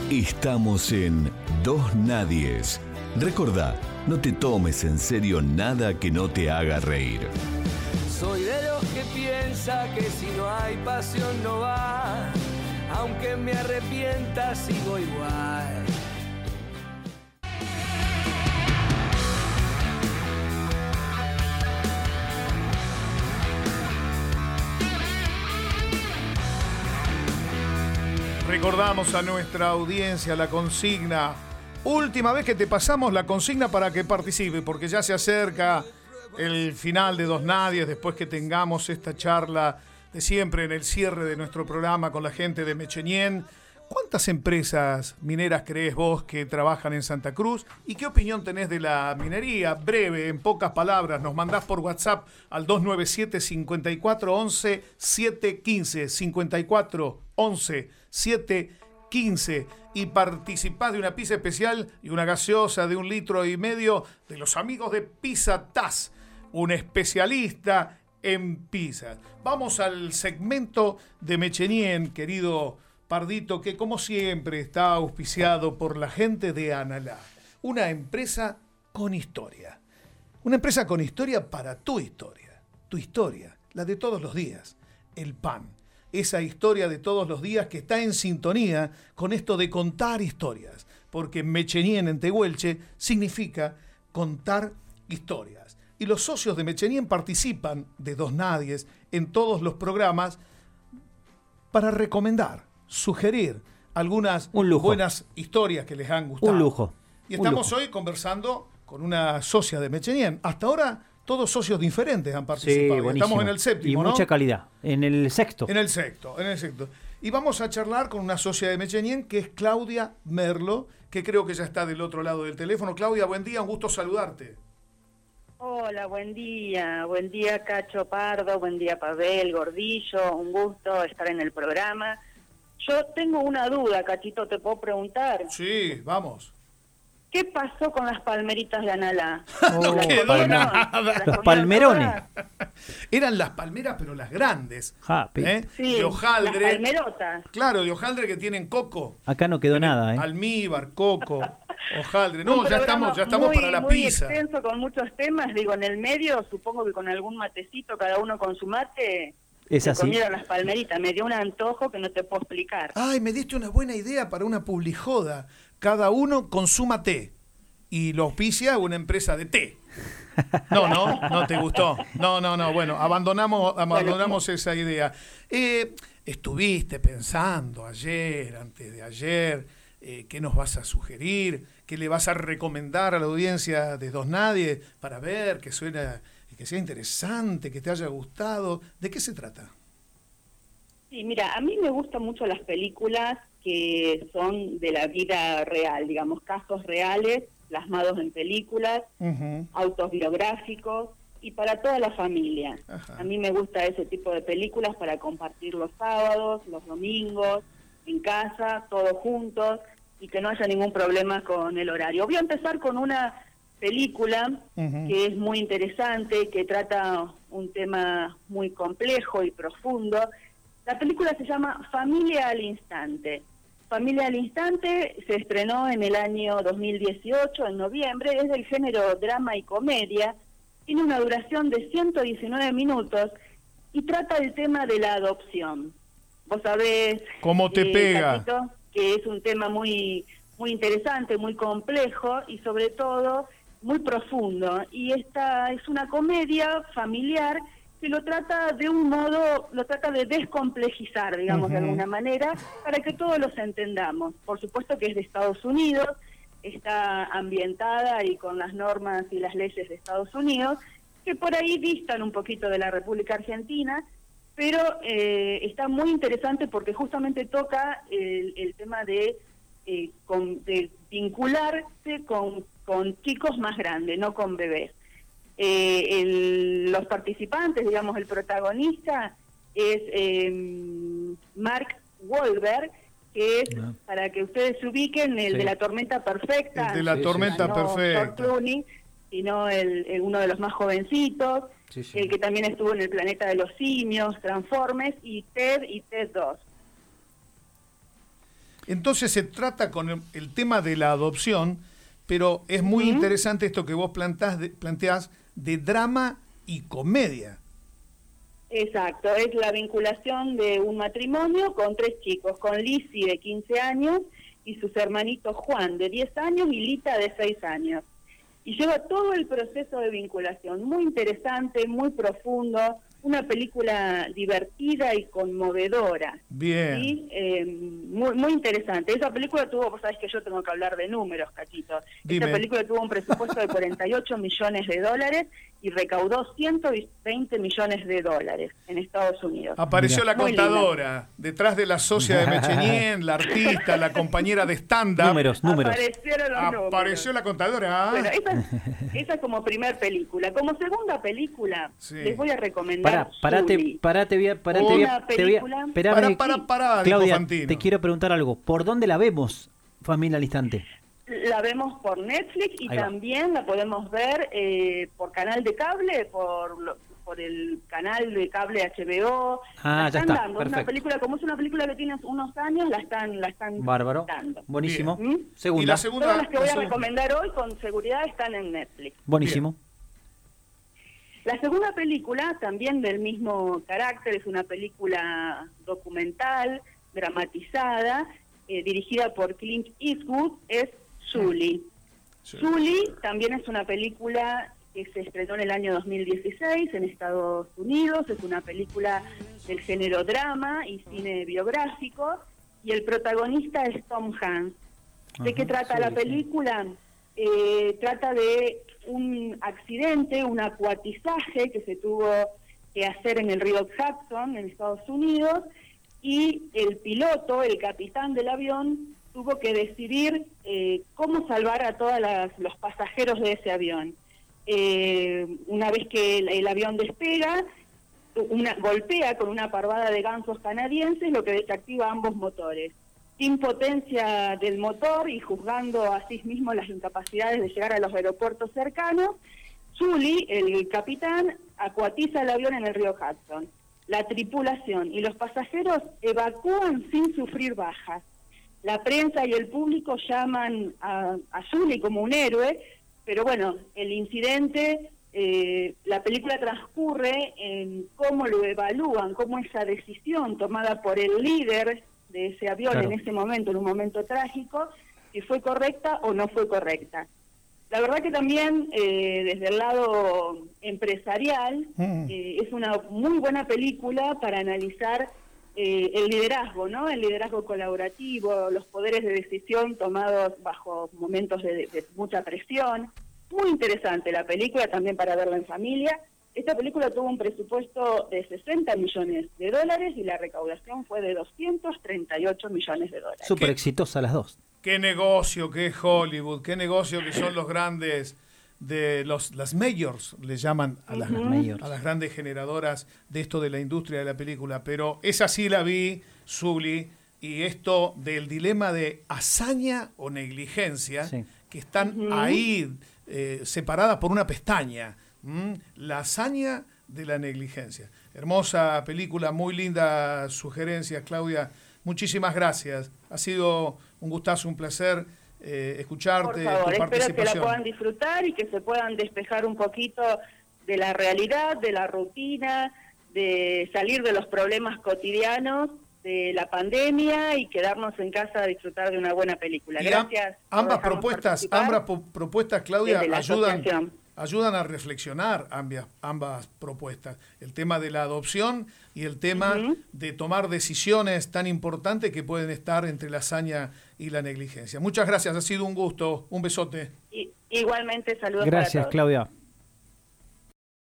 Estamos en Dos Nadies. Recordá, no te tomes en serio nada que no te haga reír. Soy de los que piensa que si no hay pasión no va, aunque me arrepienta sigo igual. Recordamos a nuestra audiencia la consigna. Última vez que te pasamos la consigna para que participe, porque ya se acerca el final de Dos Nadies, después que tengamos esta charla de siempre en el cierre de nuestro programa con la gente de Mecheñén. ¿Cuántas empresas mineras crees vos que trabajan en Santa Cruz? ¿Y qué opinión tenés de la minería? Breve, en pocas palabras, nos mandás por WhatsApp al 297 54 11 715 54 11 715 y participás de una pizza especial y una gaseosa de 1,5 litros de los amigos de Pizza Taz, un especialista en pizzas. Vamos al segmento de Mecheñén, querido Pardito, que como siempre está auspiciado por la gente de Analá, una empresa con historia. Una empresa con historia para tu historia, la de todos los días, el pan. Esa historia de todos los días que está en sintonía con esto de contar historias, porque Mecheñén en Tehuelche significa contar historias. Y los socios de Mecheñén participan de Dos Nadies en todos los programas para recomendar, sugerir algunas buenas historias que les han gustado. Un lujo. Y estamos hoy conversando con una socia de Mecheñén. Hasta ahora todos socios diferentes han participado. Sí, estamos en el séptimo, y ¿no? mucha calidad. En el sexto. En el sexto. Y vamos a charlar con una socia de Mecheñén que es Claudia Merlo, que creo que ya está del otro lado del teléfono. Claudia, buen día, un gusto saludarte. Hola, buen día Cacho Pardo, buen día Pavel, Gordillo, un gusto estar en el programa. Yo tengo una duda, Cachito, ¿te puedo preguntar? Sí, vamos. ¿Qué pasó con las palmeritas de Analá? No quedó nada. Los palmerones. Eran las palmeras, pero las grandes. Sí, de hojaldre. las palmerotas. Claro, de hojaldre que tienen coco. Acá no quedó nada, Almíbar, coco, hojaldre. No, ya estamos para la pizza. Muy extenso, con muchos temas. Digo, en el medio, supongo que con algún matecito, cada uno con su mate, es así. Comieron las palmeritas. Me dio un antojo que no te puedo explicar. Ay, me diste una buena idea para una publijoda. Cada uno consuma té. Y lo auspicia una empresa de té. No te gustó. No, bueno, abandonamos esa idea. Estuviste pensando ayer, antes de ayer, qué nos vas a sugerir, qué le vas a recomendar a la audiencia de Dos Nadies para ver que suena, que sea interesante, que te haya gustado. ¿De qué se trata? Sí, mira, a mí me gustan mucho las películas que son de la vida real, digamos, casos reales plasmados en películas, autos biográficos y para toda la familia. Ajá. A mí me gusta ese tipo de películas para compartir los sábados, los domingos, en casa, todos juntos y que no haya ningún problema con el horario. Voy a empezar con una película que es muy interesante, que trata un tema muy complejo y profundo. La película se llama Familia al Instante. Familia al Instante se estrenó en el año 2018, en noviembre, es del género drama y comedia, tiene una duración de 119 minutos y trata el tema de la adopción. Vos sabés, ¿cómo te pega? Capito, que es un tema muy interesante, muy complejo y sobre todo muy profundo. Y esta es una comedia familiar que lo trata de un modo, lo trata de descomplejizar, digamos, de alguna manera, para que todos los entendamos. Por supuesto que es de Estados Unidos, está ambientada y con las normas y las leyes de Estados Unidos, que por ahí distan un poquito de la República Argentina, pero está muy interesante porque justamente toca el tema de vincularse con chicos más grandes, no con bebés. Los participantes, digamos, el protagonista es Mark Wahlberg, que es, para que ustedes se ubiquen, el de La Tormenta Perfecta. El de La Tormenta Perfecta. No Clooney, sino uno de los más jovencitos, el que también estuvo en El Planeta de los Simios, Transformers y Ted 2. Entonces se trata con el tema de la adopción, pero es muy interesante esto que vos planteás de drama y comedia. Exacto, es la vinculación de un matrimonio con 3 chicos, con Lizzie de 15 años y sus hermanitos Juan de 10 años y Lita de 6 años. Y lleva todo el proceso de vinculación, muy interesante, muy profundo, una película divertida y conmovedora. Bien. ¿Sí? Muy interesante. Esa película tuvo, vos sabés que yo tengo que hablar de números, Cachito. Dime. Esta película tuvo un presupuesto de $48 millones y recaudó $120 millones en Estados Unidos. Apareció Mirá. la contadora, detrás de la socia de Mechenien, la artista, la compañera de stand-up. Números. Aparecieron los números. Apareció la contadora. Bueno, esa como primer película. Como segunda película, Sí. les voy a recomendar Parate, Sully. Una película. Pará, dijo Claudia, Fantino. te quiero preguntar algo. ¿Por dónde la vemos, familia al instante? La vemos por Netflix y Ahí va. también la podemos ver por canal de cable, por el canal de cable HBO. Ah, La ya están está, dando. Es una perfecto. película, como es una película que tiene unos años, la están Bárbaro. dando. Buenísimo. Bien. Y Segunda. la segunda. Todas las que voy la a segunda. recomendar hoy con seguridad están en Netflix. Buenísimo. La segunda película, también del mismo carácter, es una película documental, dramatizada, dirigida por Clint Eastwood, es Sully. Sí. Sully también es una película que se estrenó en el año 2016 en Estados Unidos, es una película del género drama y cine biográfico, y el protagonista es Tom Hanks. ¿De qué trata la película? Trata de un accidente, un acuatizaje que se tuvo que hacer en el río Hudson, en Estados Unidos, y el piloto, el capitán del avión, tuvo que decidir cómo salvar a todos los pasajeros de ese avión. Una vez que el avión despega, golpea con una parvada de gansos canadienses, lo que desactiva ambos motores. Sin potencia del motor y juzgando a sí mismo las incapacidades de llegar a los aeropuertos cercanos, Sully, el capitán, acuatiza el avión en el río Hudson. La tripulación y los pasajeros evacúan sin sufrir bajas. La prensa y el público llaman a Sully como un héroe, pero bueno, el incidente, la película transcurre en cómo lo evalúan, cómo esa decisión tomada por el líder de ese avión, claro, en ese momento, en un momento trágico, si fue correcta o no fue correcta. La verdad que también desde el lado empresarial es una muy buena película para analizar el liderazgo, ¿no? El liderazgo colaborativo, los poderes de decisión tomados bajo momentos de mucha presión. Muy interesante la película, también para verla en familia. Esta película tuvo un presupuesto de $60 millones y la recaudación fue de $238 millones. Súper exitosa las dos. Qué negocio que es Hollywood, qué negocio que son los grandes, las majors, le llaman a las, a las grandes generadoras de esto de la industria de la película. Pero esa sí la vi, Sully, y esto del dilema de hazaña o negligencia, Sí. que están ahí separadas por una pestaña. La hazaña de la negligencia. Hermosa película, muy linda sugerencia, Claudia. Muchísimas gracias. Ha sido un gustazo, un placer escucharte, Por favor, tu espero que la participación. puedan disfrutar y que se puedan despejar un poquito de la realidad, de la rutina, de salir de los problemas cotidianos, de la pandemia y quedarnos en casa a disfrutar de una buena película. Y Gracias. por ambas dejarnos propuestas, participar Claudia, desde la asociación. ayudan a reflexionar ambas propuestas. El tema de la adopción y el tema de tomar decisiones tan importantes que pueden estar entre la hazaña y la negligencia. Muchas gracias, ha sido un gusto. Un besote. Igualmente, saludos Gracias, para todos. Claudia.